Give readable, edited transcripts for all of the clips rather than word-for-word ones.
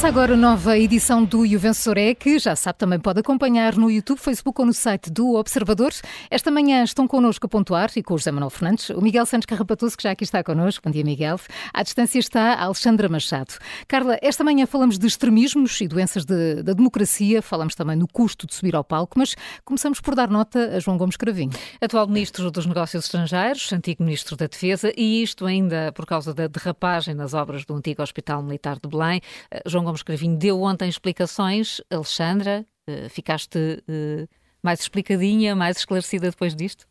Começa agora a nova edição do E o Vencedor é, que já sabe, também pode acompanhar no YouTube, Facebook ou no site do Observador. Esta manhã estão connosco a pontuar, e com o José Manuel Fernandes, o Miguel Santos Carrapatoso, que já aqui está connosco. Bom dia, Miguel. À distância está a Alexandra Machado. Carla, esta manhã falamos de extremismos e doenças da democracia, falamos também no custo de subir ao palco, mas começamos por dar nota a João Gomes Cravinho. Atual Ministro dos Negócios Estrangeiros, antigo Ministro da Defesa, e isto ainda por causa da derrapagem nas obras do antigo Hospital Militar de Belém. João Gomes Cravinho deu ontem explicações. Alexandra, ficaste mais explicadinha, mais esclarecida depois disto?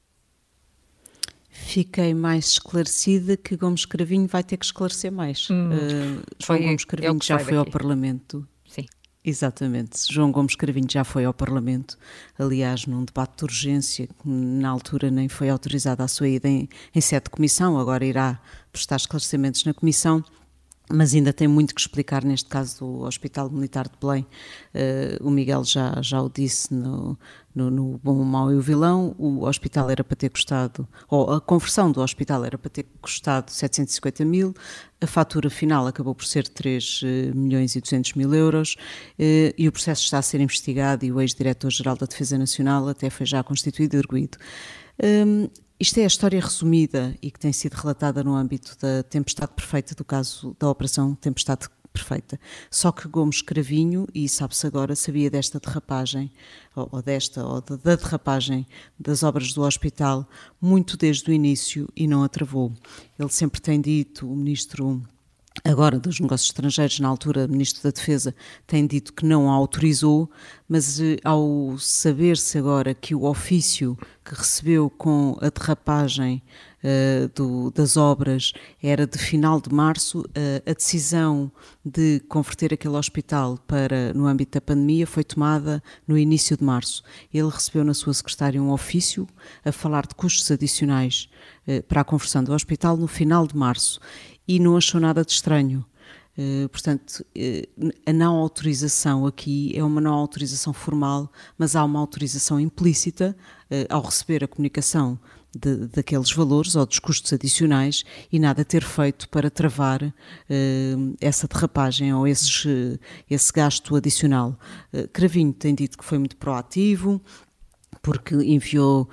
Fiquei mais esclarecida que Gomes Cravinho vai ter que esclarecer mais. João Gomes Cravinho já foi ao Parlamento. Sim. Exatamente. João Gomes Cravinho já foi ao Parlamento, aliás, num debate de urgência, que na altura nem foi autorizada a sua ida em sede de comissão, agora irá prestar esclarecimentos na comissão. Mas ainda tem muito que explicar neste caso do Hospital Militar de Belém. O Miguel já o disse no Bom, o Mau e o Vilão. O hospital era para ter custado, ou a conversão do hospital era para ter custado 750 mil, a fatura final acabou por ser 3 milhões e 200 mil euros, e o processo está a ser investigado e o ex-diretor-geral da Defesa Nacional até foi já constituído e erguido. Isto é a história resumida e que tem sido relatada no âmbito da tempestade perfeita, do caso da Operação Tempestade Perfeita. Só que Gomes Cravinho, e sabe-se agora, sabia desta derrapagem, ou da derrapagem das obras do hospital, muito desde o início e não a travou. Ele sempre tem dito, o Ministro agora dos Negócios Estrangeiros, na altura Ministro da Defesa, tem dito que não a autorizou, mas ao saber-se agora que o ofício que recebeu com a derrapagem das obras era de final de março, a decisão de converter aquele hospital no âmbito da pandemia foi tomada no início de março. Ele recebeu na sua secretária um ofício a falar de custos adicionais para a conversão do hospital no final de março e não achou nada de estranho. Portanto, a não autorização aqui é uma não autorização formal, mas há uma autorização implícita ao receber a comunicação daqueles valores ou dos custos adicionais e nada ter feito para travar essa derrapagem ou esse gasto adicional. Cravinho tem dito que foi muito proativo, porque enviou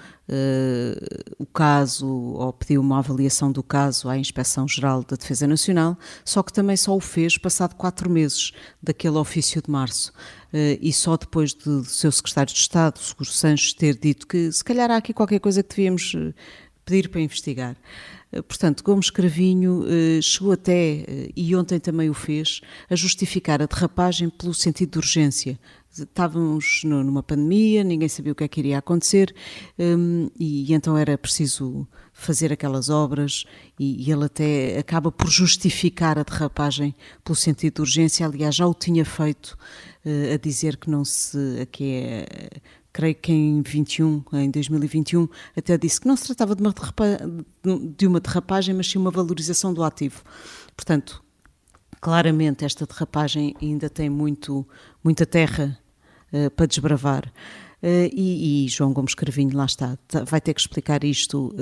o caso ou pediu uma avaliação do caso à Inspeção-Geral da Defesa Nacional, só que também só o fez passado 4 meses daquele ofício de março. E só depois do seu secretário de Estado, o Seguro Sanches, ter dito que se calhar há aqui qualquer coisa que devíamos pedir para investigar. Portanto, Gomes Cravinho chegou até, e ontem também o fez, a justificar a derrapagem pelo sentido de urgência. Estávamos numa pandemia, ninguém sabia o que é que iria acontecer, e então era preciso fazer aquelas obras, e ele até acaba por justificar a derrapagem pelo sentido de urgência. Aliás, já o tinha feito, a dizer que não se... creio que em 2021, até disse que não se tratava de uma derrapagem, mas sim uma valorização do ativo. Portanto, claramente esta derrapagem ainda tem muita terra para desbravar. E João Gomes Cravinho, lá está, vai ter que explicar isto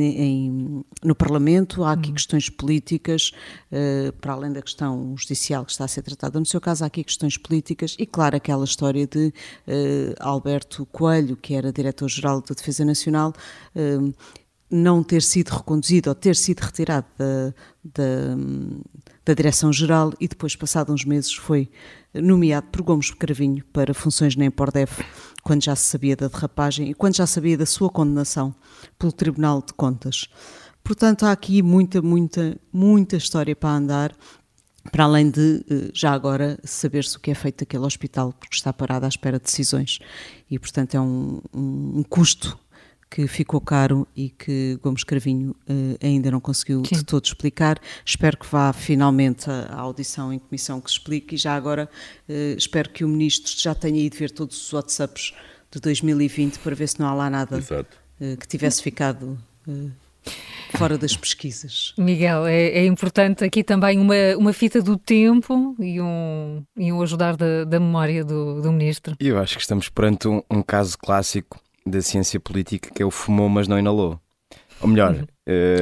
no Parlamento. Há aqui questões políticas, para além da questão judicial que está a ser tratada. No seu caso, há aqui questões políticas e, claro, aquela história de Alberto Coelho, que era diretor-geral da Defesa Nacional, não ter sido reconduzido ou ter sido retirado da Direção-Geral e depois, passado uns meses, foi nomeado por Gomes Cravinho para funções na Empordef, quando já se sabia da derrapagem e quando já sabia da sua condenação pelo Tribunal de Contas. Portanto, há aqui muita história para andar, para além de, já agora, saber-se o que é feito daquele hospital, porque está parado à espera de decisões. E, portanto, é um custo que ficou caro e que Gomes Cravinho ainda não conseguiu de todo explicar. Espero que vá finalmente à audição em comissão que se explique, e já agora espero que o Ministro já tenha ido ver todos os WhatsApps de 2020 para ver se não há lá nada que tivesse ficado fora das pesquisas. Miguel, é importante aqui também uma fita do tempo e um ajudar da memória do Ministro. Eu acho que estamos perante um caso clássico da ciência política, que é o fumou mas não inalou. Ou melhor,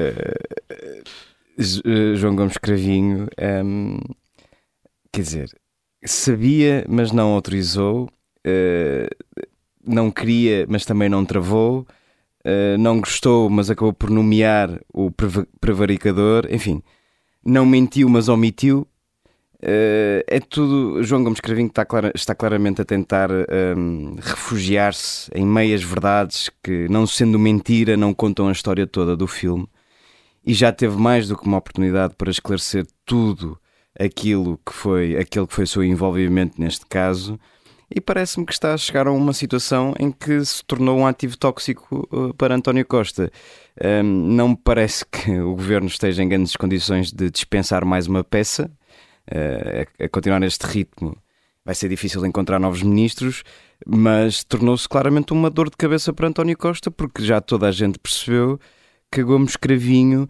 João Gomes Cravinho, quer dizer, sabia, mas não autorizou, não queria, mas também não travou, não gostou, mas acabou por nomear o prevaricador, enfim, não mentiu, mas omitiu. É tudo. João Gomes Cravinho está claramente a tentar refugiar-se em meias verdades que, não sendo mentira, não contam a história toda do filme, e já teve mais do que uma oportunidade para esclarecer tudo aquele que foi o seu envolvimento neste caso, e parece-me que está a chegar a uma situação em que se tornou um ativo tóxico para António Costa. Não me parece que o governo esteja em grandes condições de dispensar mais uma peça. A continuar neste ritmo vai ser difícil encontrar novos ministros, mas tornou-se claramente uma dor de cabeça para António Costa, porque já toda a gente percebeu que Gomes Cravinho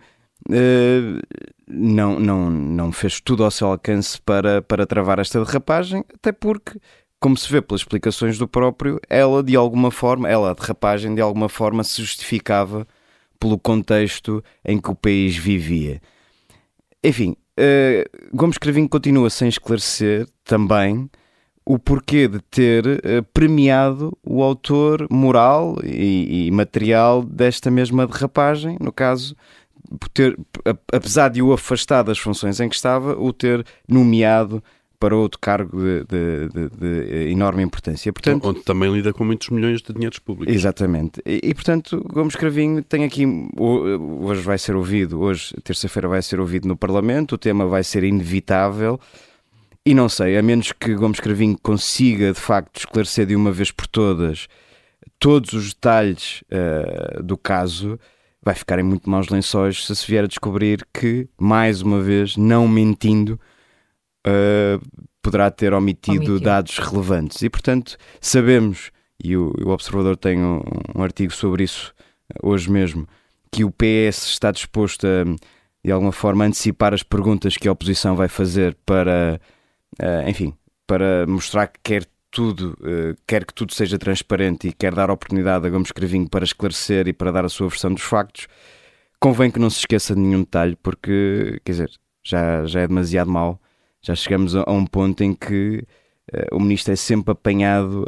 não fez tudo ao seu alcance para travar esta derrapagem, até porque, como se vê pelas explicações do próprio, ela, a derrapagem, de alguma forma se justificava pelo contexto em que o país vivia. Enfim, Gomes Cravinho continua sem esclarecer também o porquê de ter premiado o autor moral e material desta mesma derrapagem, no caso, por ter, apesar de o afastar das funções em que estava, o ter nomeado para outro cargo de enorme importância. Portanto, onde também lida com muitos milhões de dinheiros públicos. Exatamente. E portanto, Gomes Cravinho tem aqui, hoje vai ser ouvido, terça-feira vai ser ouvido no Parlamento, o tema vai ser inevitável, e não sei, a menos que Gomes Cravinho consiga de facto esclarecer de uma vez por todas todos os detalhes do caso, vai ficar em muito maus lençóis se vier a descobrir que, mais uma vez, não mentindo, poderá ter omitido dados relevantes. E, portanto, sabemos, e o Observador tem um artigo sobre isso hoje mesmo, que o PS está disposto a, de alguma forma, antecipar as perguntas que a oposição vai fazer para mostrar que quer que tudo seja transparente e quer dar oportunidade a Gomes Cravinho para esclarecer e para dar a sua versão dos factos. Convém que não se esqueça de nenhum detalhe, porque, quer dizer, já é demasiado mau. Já chegamos a um ponto em que o ministro é sempre apanhado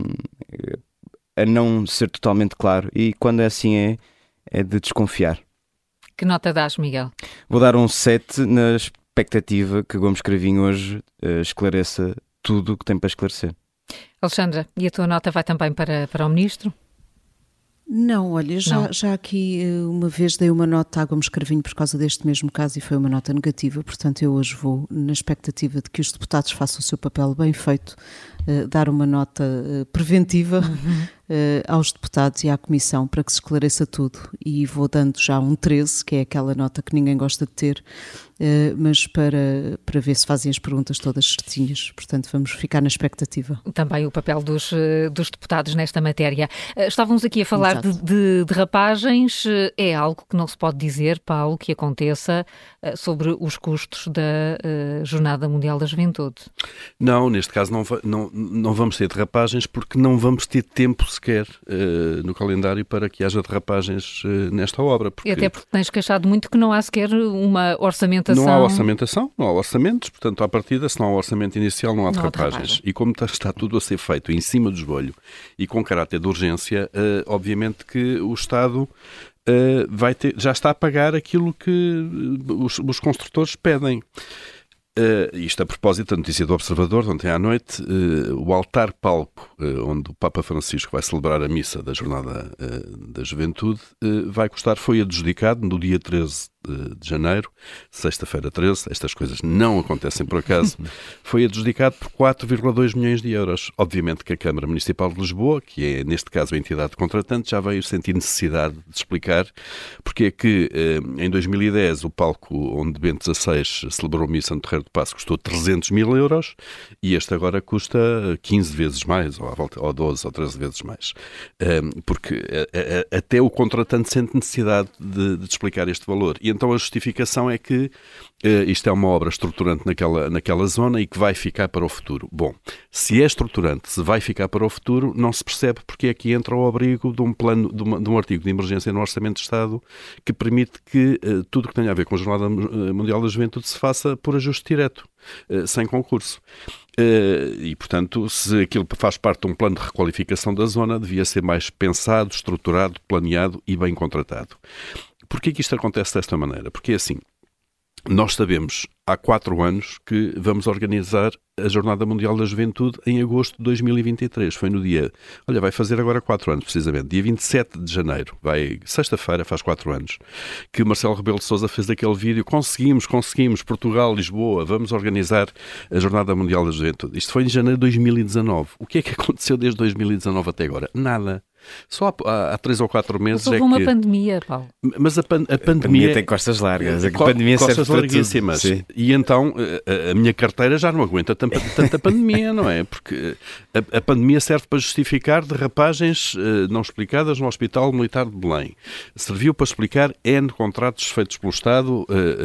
a não ser totalmente claro, e quando é assim é de desconfiar. Que nota dás, Miguel? Vou dar um 7 na expectativa que Gomes Cravinho hoje esclareça tudo o que tem para esclarecer. Alexandra, e a tua nota vai também para o ministro? Não, olha, já aqui uma vez dei uma nota a Gomes Cravinho por causa deste mesmo caso e foi uma nota negativa, portanto eu hoje vou, na expectativa de que os deputados façam o seu papel bem feito, dar uma nota preventiva aos deputados e à Comissão para que se esclareça tudo, e vou dando já um 13, que é aquela nota que ninguém gosta de ter, mas para ver se fazem as perguntas todas certinhas. Portanto, vamos ficar na expectativa. Também o papel dos deputados nesta matéria. Estávamos aqui a falar de derrapagens. É algo que não se pode dizer, Paulo, que aconteça sobre os custos da Jornada Mundial da Juventude. Não, neste caso não vamos ter derrapagens, porque não vamos ter tempo sequer no calendário para que haja derrapagens nesta obra. E até porque tens queixado muito que não há sequer uma orçamentação. Não há orçamentação, não há orçamentos, portanto, à partida, se não há orçamento inicial, não há derrapagens. E como está tudo a ser feito em cima do joelho e com caráter de urgência, obviamente que o Estado já está a pagar aquilo que os construtores pedem. Isto a propósito da notícia do Observador de ontem à noite, o altar-palco onde o Papa Francisco vai celebrar a missa da Jornada da Juventude foi adjudicado no dia 13 de janeiro, sexta-feira 13, estas coisas não acontecem por acaso, foi adjudicado por 4,2 milhões de euros. Obviamente que a Câmara Municipal de Lisboa, que é neste caso a entidade contratante, já veio sentir necessidade de explicar porque é que em 2010 o palco onde Bento XVI celebrou a missa no Terreiro do Paço custou 300 mil euros e este agora custa 15 vezes mais, ou 12 ou 13 vezes mais. Porque até o contratante sente necessidade de explicar este valor. E então a justificação é que isto é uma obra estruturante naquela zona e que vai ficar para o futuro. Bom, se é estruturante, se vai ficar para o futuro, não se percebe porque é que entra ao abrigo de um plano, de um artigo de emergência no Orçamento de Estado que permite que tudo que tenha a ver com a Jornada Mundial da Juventude se faça por ajuste direto. sem concurso. E, portanto, se aquilo faz parte de um plano de requalificação da zona, devia ser mais pensado, estruturado, planeado e bem contratado. Porquê que isto acontece desta maneira? Porque é assim, nós sabemos há 4 anos que vamos organizar a Jornada Mundial da Juventude em agosto de 2023. Foi no dia... Olha, vai fazer agora 4 anos, precisamente. Dia 27 de janeiro. Sexta-feira, faz 4 anos. Que Marcelo Rebelo de Sousa fez aquele vídeo. Conseguimos, Portugal, Lisboa, vamos organizar a Jornada Mundial da Juventude. Isto foi em janeiro de 2019. O que é que aconteceu desde 2019 até agora? Nada. Só há 3 ou 4 meses houve uma pandemia, Paulo. Mas a pandemia tem costas largas. A pandemia serve para larguíssimas. E então a minha carteira já não aguenta tanta pandemia, não é? Porque a pandemia serve para justificar derrapagens não explicadas no Hospital Militar de Belém. Serviu para explicar N contratos feitos pelo Estado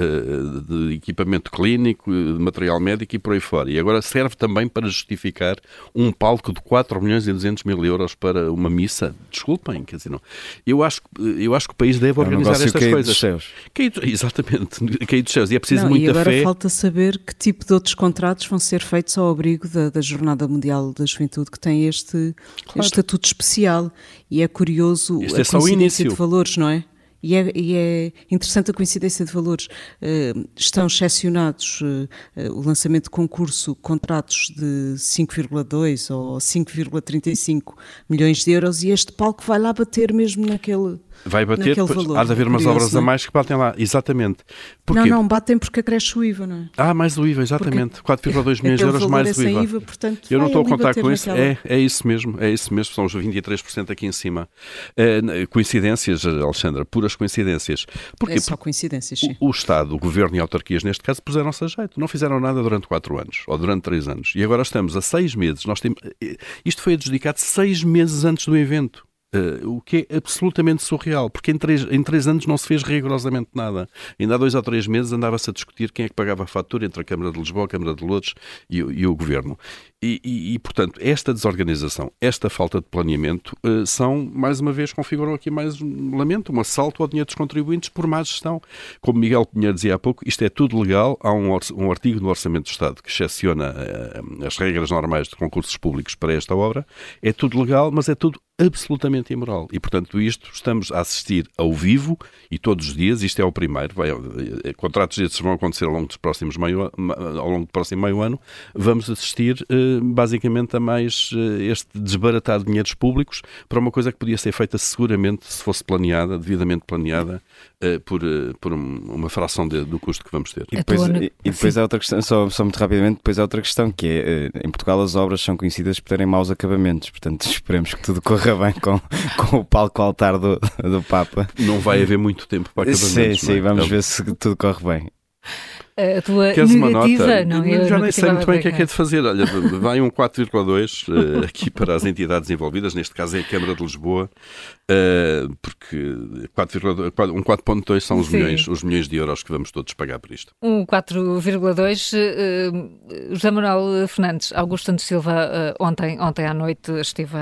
de equipamento clínico, de material médico e por aí fora. E agora serve também para justificar um palco de 4.200.000 euros para uma missa. Desculpem, quer dizer, não. Eu acho que o país deve organizar estas coisas. Dos céus. Exatamente, cair dos céus. E é preciso muita fé. E agora falta saber que tipo de outros contratos vão ser feitos ao abrigo da Jornada Mundial da Juventude, que tem este estatuto especial. E é curioso a coincidência de valores, não é? E é interessante a coincidência de valores. Estão excepcionados o lançamento de concurso, contratos de 5,2 ou 5,35 milhões de euros, e este palco vai lá bater mesmo naquele... Vai bater, há de haver umas obras a mais que batem lá, exatamente. Porquê? Não, batem porque acresce o IVA, não é? Mais o IVA, exatamente. 4,2 milhões de euros mais o IVA. Portanto, eu não estou a contar com isso. É isso mesmo, são os 23% aqui em cima. Coincidências, Alexandra, puras coincidências. Porquê? É só coincidências, sim. O Estado, o Governo e autarquias, neste caso, puseram-se a jeito. Não fizeram nada durante 4 anos, ou durante 3 anos. E agora estamos a 6 meses. Isto foi adjudicado 6 meses antes do evento. O que é absolutamente surreal, porque em 3 anos não se fez rigorosamente nada. Ainda há 2 ou 3 meses andava-se a discutir quem é que pagava a fatura entre a Câmara de Lisboa, a Câmara de Lourdes e o Governo. Portanto, esta desorganização, esta falta de planeamento mais uma vez, configuram aqui mais um lamento, um assalto ao dinheiro dos contribuintes por má gestão. Como Miguel Pinheiro dizia há pouco, isto é tudo legal. Há um artigo no Orçamento do Estado que excepciona as regras normais de concursos públicos para esta obra. É tudo legal, mas é tudo absolutamente imoral. E, portanto, isto estamos a assistir ao vivo e todos os dias. Isto é o primeiro. Contratos destes vão acontecer ao longo do próximo meio ano. Vamos assistir basicamente a mais este desbaratar de dinheiros públicos para uma coisa que podia ser feita seguramente se fosse planeada, devidamente planeada, por uma fração do custo que vamos ter. E depois há outra questão, só muito rapidamente, depois há outra questão que é, em Portugal as obras são conhecidas por terem maus acabamentos, portanto esperemos que tudo corra bem com o palco altar do Papa. Não vai haver muito tempo para acabamentos. Sim, vamos ver se tudo corre bem. A tua Queres negativa? Uma nota? Não, eu já nem sei muito bem o que é de fazer. Olha, vai um 4,2 aqui para as entidades envolvidas, neste caso é a Câmara de Lisboa, porque um 4,2 são os milhões de euros que vamos todos pagar por isto. Um 4,2. José Manuel Fernandes, Augusto Santos Silva ontem à noite esteve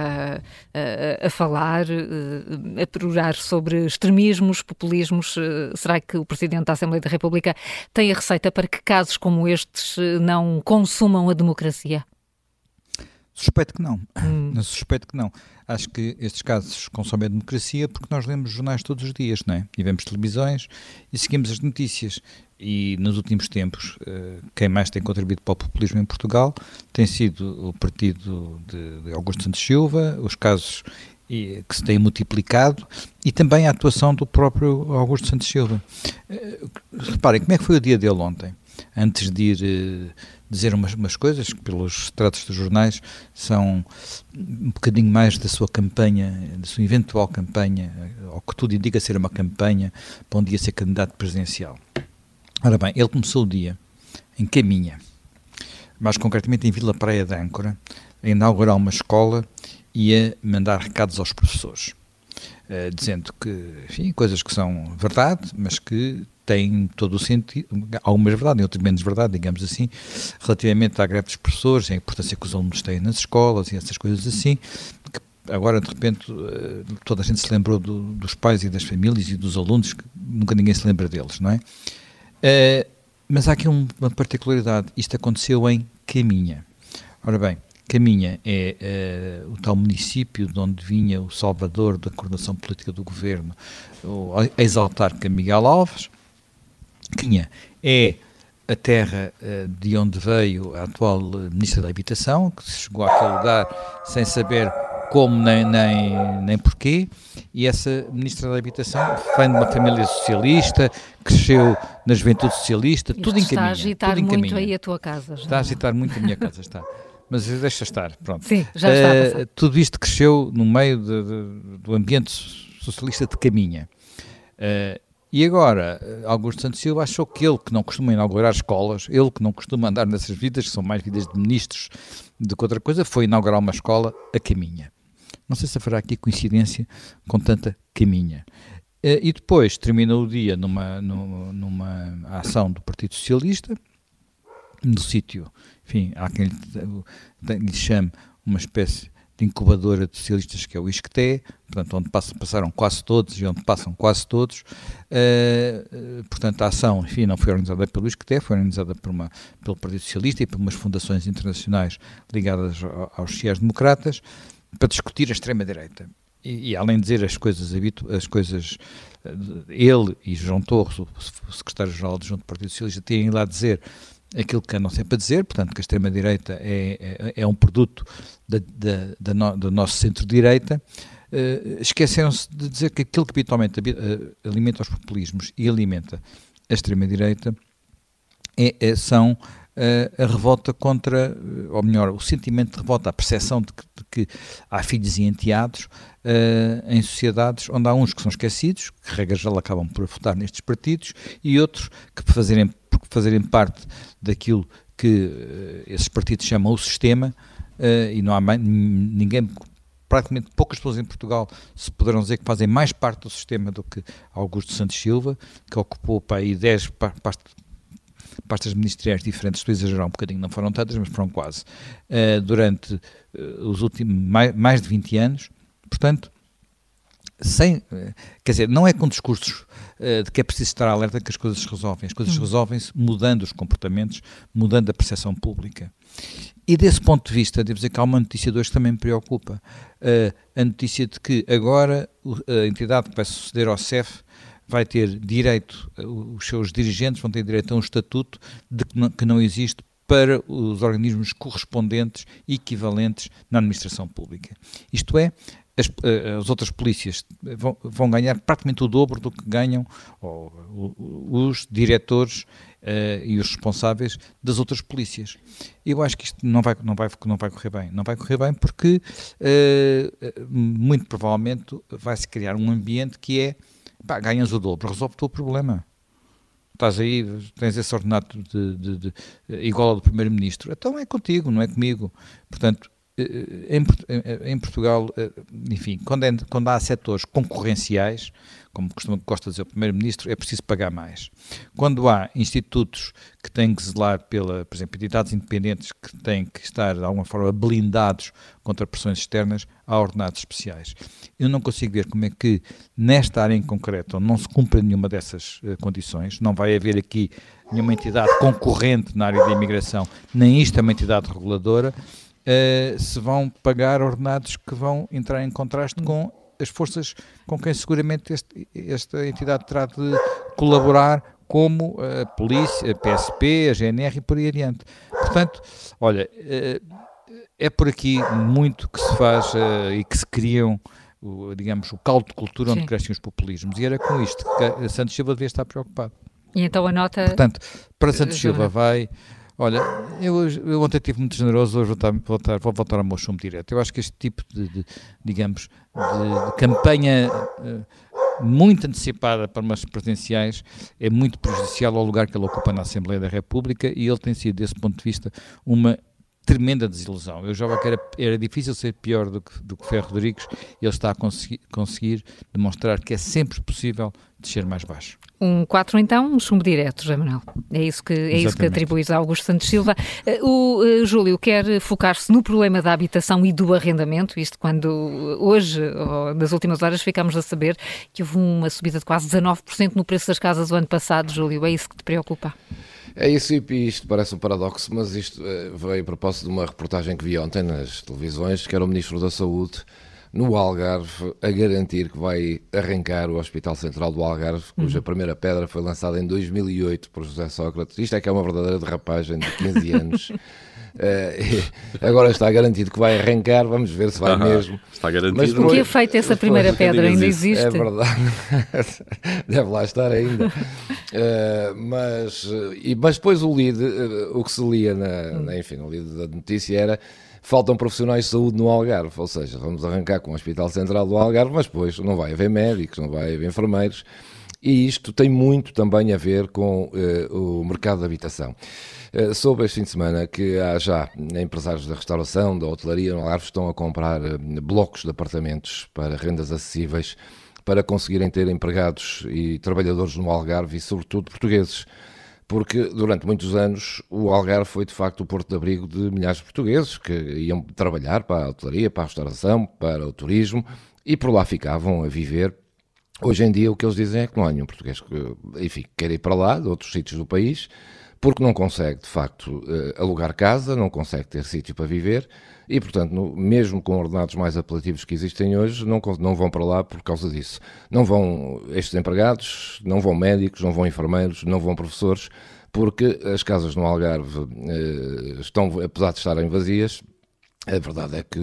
a falar, a perorar sobre extremismos, populismos. Será que o Presidente da Assembleia da República tem a receita para que casos como estes não consumam a democracia? Suspeito que não. Suspeito que não. Acho que estes casos consomem a democracia porque nós lemos jornais todos os dias, não é? E vemos televisões e seguimos as notícias. E nos últimos tempos, quem mais tem contribuído para o populismo em Portugal tem sido o partido de Augusto Santos Silva, os casos que se têm multiplicado e também a atuação do próprio Augusto Santos Silva. Reparem, como é que foi o dia dele ontem? Antes de ir dizer umas coisas que pelos tratos dos jornais são um bocadinho mais da sua campanha, da sua eventual campanha, ou que tudo indica ser uma campanha para um dia ser candidato presidencial. Ora bem, ele começou o dia em Caminha, mais concretamente em Vila Praia de Âncora, a inaugurar uma escola e a mandar recados aos professores, dizendo que, enfim, coisas que são verdade, mas que têm todo o sentido, algumas verdade e outras menos verdade, digamos assim, relativamente à greve dos professores, a importância que os alunos têm nas escolas e essas coisas assim, que agora, de repente, toda a gente se lembrou dos pais e das famílias e dos alunos, que nunca ninguém se lembra deles, não é? Mas há aqui uma particularidade. Isto aconteceu em Caminha. Ora bem, Caminha é o tal município de onde vinha o salvador da coordenação política do governo, o ex-autarca Miguel Alves. Caminha é a terra de onde veio a atual Ministra da Habitação, que chegou àquele lugar sem saber como nem porquê, e essa Ministra da Habitação vem de uma família socialista, cresceu na juventude socialista, tudo em Caminha. Está a agitar muito aí a tua casa. Está a agitar muito a minha casa, está. Mas deixa estar, pronto. Sim, já está. Tudo isto cresceu no meio do ambiente socialista de Caminha. E agora, Augusto Santos Silva achou que ele, que não costuma inaugurar escolas, ele que não costuma andar nessas vidas, que são mais vidas de ministros do que outra coisa, foi inaugurar uma escola a Caminha. Não sei se haverá aqui coincidência com tanta Caminha. E depois terminou o dia numa ação do Partido Socialista, no sítio, enfim, há quem lhe chame uma espécie de incubadora de socialistas, que é o Isqueté, portanto, onde passaram quase todos e onde passam quase todos. Portanto, a ação, enfim, não foi organizada pelo Isqueté, foi organizada pelo Partido Socialista e por umas fundações internacionais ligadas aos sociais-democratas, para discutir a extrema-direita. E além de dizer as coisas, ele e João Torres, o secretário-geral adjunto do Partido Socialista, têm lá a dizer aquilo que andam sempre a dizer, portanto, que a extrema-direita é um produto do nosso centro-direita, esqueceram-se de dizer que aquilo que habitualmente alimenta os populismos e alimenta a extrema-direita são a revolta contra, ou melhor, o sentimento de revolta, a percepção de que há filhos e enteados em sociedades onde há uns que são esquecidos, que regra geral acabam por votar nestes partidos, e outros que por fazerem parte daquilo que esses partidos chamam o sistema, e não há ninguém, praticamente poucas pessoas em Portugal se poderão dizer que fazem mais parte do sistema do que Augusto Santos Silva, que ocupou para aí 10 pastas ministeriais diferentes, estou a exagerar um bocadinho, não foram tantas, mas foram quase, durante os últimos mais de 20 anos, portanto, quer dizer, não é com discursos de que é preciso estar alerta que as coisas se resolvem. As coisas resolvem-se mudando os comportamentos, mudando a percepção pública. E desse ponto de vista, devo dizer que há uma notícia de hoje que também me preocupa. A notícia de que agora a entidade que vai suceder ao CEF vai ter direito, os seus dirigentes vão ter direito a um estatuto que não existe para os organismos correspondentes e equivalentes na administração pública. Isto é, as outras polícias vão ganhar praticamente o dobro do que ganham os diretores e os responsáveis das outras polícias. Eu acho que isto não vai correr bem. Não vai correr bem porque, muito provavelmente, vai-se criar um ambiente que é ganhas o dobro, resolve o teu problema. Estás aí, tens esse ordenado igual ao do Primeiro-Ministro. Então é contigo, não é comigo. Portanto, em Portugal, enfim, quando há setores concorrenciais, como gosta de dizer o Primeiro-Ministro, é preciso pagar mais. Quando há institutos que têm que zelar por exemplo, entidades independentes que têm que estar, de alguma forma, blindados contra pressões externas, há ordenados especiais. Eu não consigo ver como é que, nesta área em concreto, onde não se cumpre nenhuma dessas condições, não vai haver aqui nenhuma entidade concorrente na área da imigração, nem isto é uma entidade reguladora, se vão pagar ordenados que vão entrar em contraste com as forças com quem seguramente esta entidade terá de colaborar, como a polícia, a PSP, a GNR e por aí adiante. Portanto, olha, é por aqui muito que se faz e que se criam, digamos, o caldo de cultura onde crescem os populismos. E era com isto que Santos Silva devia estar preocupado. E então a nota... Portanto, para Santos Silva vai... Olha, eu ontem estive muito generoso, hoje vou voltar ao meu chumbo direto. Eu acho que este tipo de campanha muito antecipada para umas presidenciais é muito prejudicial ao lugar que ele ocupa na Assembleia da República, e ele tem sido, desse ponto de vista, uma tremenda desilusão. Eu já que era difícil ser pior do que Ferro Rodrigues, e ele está a conseguir demonstrar que é sempre possível descer mais baixo. 4 então, um chumbo direto, José Manuel. É isso que atribuis a Augusto Santos Silva. O Júlio quer focar-se no problema da habitação e do arrendamento, isto quando hoje, nas últimas horas, ficámos a saber que houve uma subida de quase 19% no preço das casas o ano passado. Júlio, é isso que te preocupa? É isso, e isto parece um paradoxo, mas isto veio a propósito de uma reportagem que vi ontem nas televisões, que era o Ministro da Saúde no Algarve a garantir que vai arrancar o Hospital Central do Algarve, cuja primeira pedra foi lançada em 2008 por José Sócrates. Isto é que é uma verdadeira derrapagem de 15 anos. Agora está garantido que vai arrancar, vamos ver se vai mesmo. Está garantido. Mas o que é feito essa primeira pedra? Ainda existe? É verdade. Deve lá estar ainda. Mas depois o lead, o que se lia no lead da notícia era: faltam profissionais de saúde no Algarve, ou seja, vamos arrancar com o Hospital Central do Algarve, mas depois não vai haver médicos, não vai haver enfermeiros, e isto tem muito também a ver com o mercado de habitação. Soube este fim de semana que há já empresários da restauração, da hotelaria no Algarve, estão a comprar blocos de apartamentos para rendas acessíveis, para conseguirem ter empregados e trabalhadores no Algarve e, sobretudo, portugueses. Porque durante muitos anos o Algarve foi de facto o porto de abrigo de milhares de portugueses que iam trabalhar para a hotelaria, para a restauração, para o turismo e por lá ficavam a viver. Hoje em dia o que eles dizem é que não há nenhum português que, enfim, queira ir para lá, de outros sítios do país, porque não consegue de facto alugar casa, não consegue ter sítio para viver e, portanto, mesmo com ordenados mais apelativos que existem hoje, não vão para lá por causa disso. Não vão estes empregados, não vão médicos, não vão enfermeiros, não vão professores, porque as casas no Algarve estão, apesar de estarem vazias, a verdade é que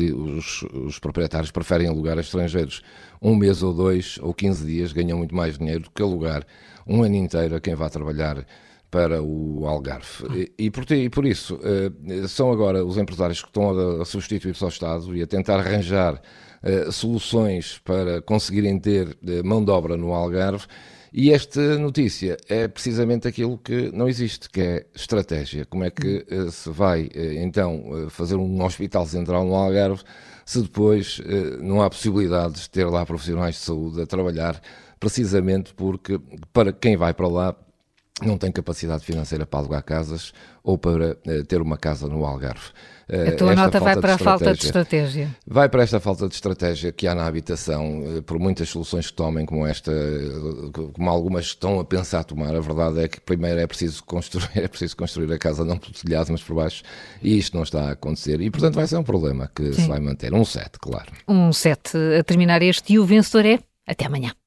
os proprietários preferem alugar a estrangeiros 1 mês ou 2 ou 15 dias, ganham muito mais dinheiro do que alugar um ano inteiro a quem vá trabalhar para o Algarve. E por isso, são agora os empresários que estão a substituir-se ao Estado e a tentar arranjar soluções para conseguirem ter mão de obra no Algarve. E esta notícia é precisamente aquilo que não existe, que é estratégia. Como é que se vai, então, fazer um hospital central no Algarve se depois não há possibilidade de ter lá profissionais de saúde a trabalhar, precisamente porque para quem vai para lá não tem capacidade financeira para alugar casas ou para ter uma casa no Algarve. A tua nota vai para a falta de estratégia. Vai para esta falta de estratégia que há na habitação, por muitas soluções que tomem como esta, como algumas estão a pensar tomar. A verdade é que primeiro é preciso construir a casa não pelo telhado, mas por baixo, e isto não está a acontecer. E, portanto, vai ser um problema que se vai manter. 7, claro. 7. A terminar este, e o vencedor é até amanhã.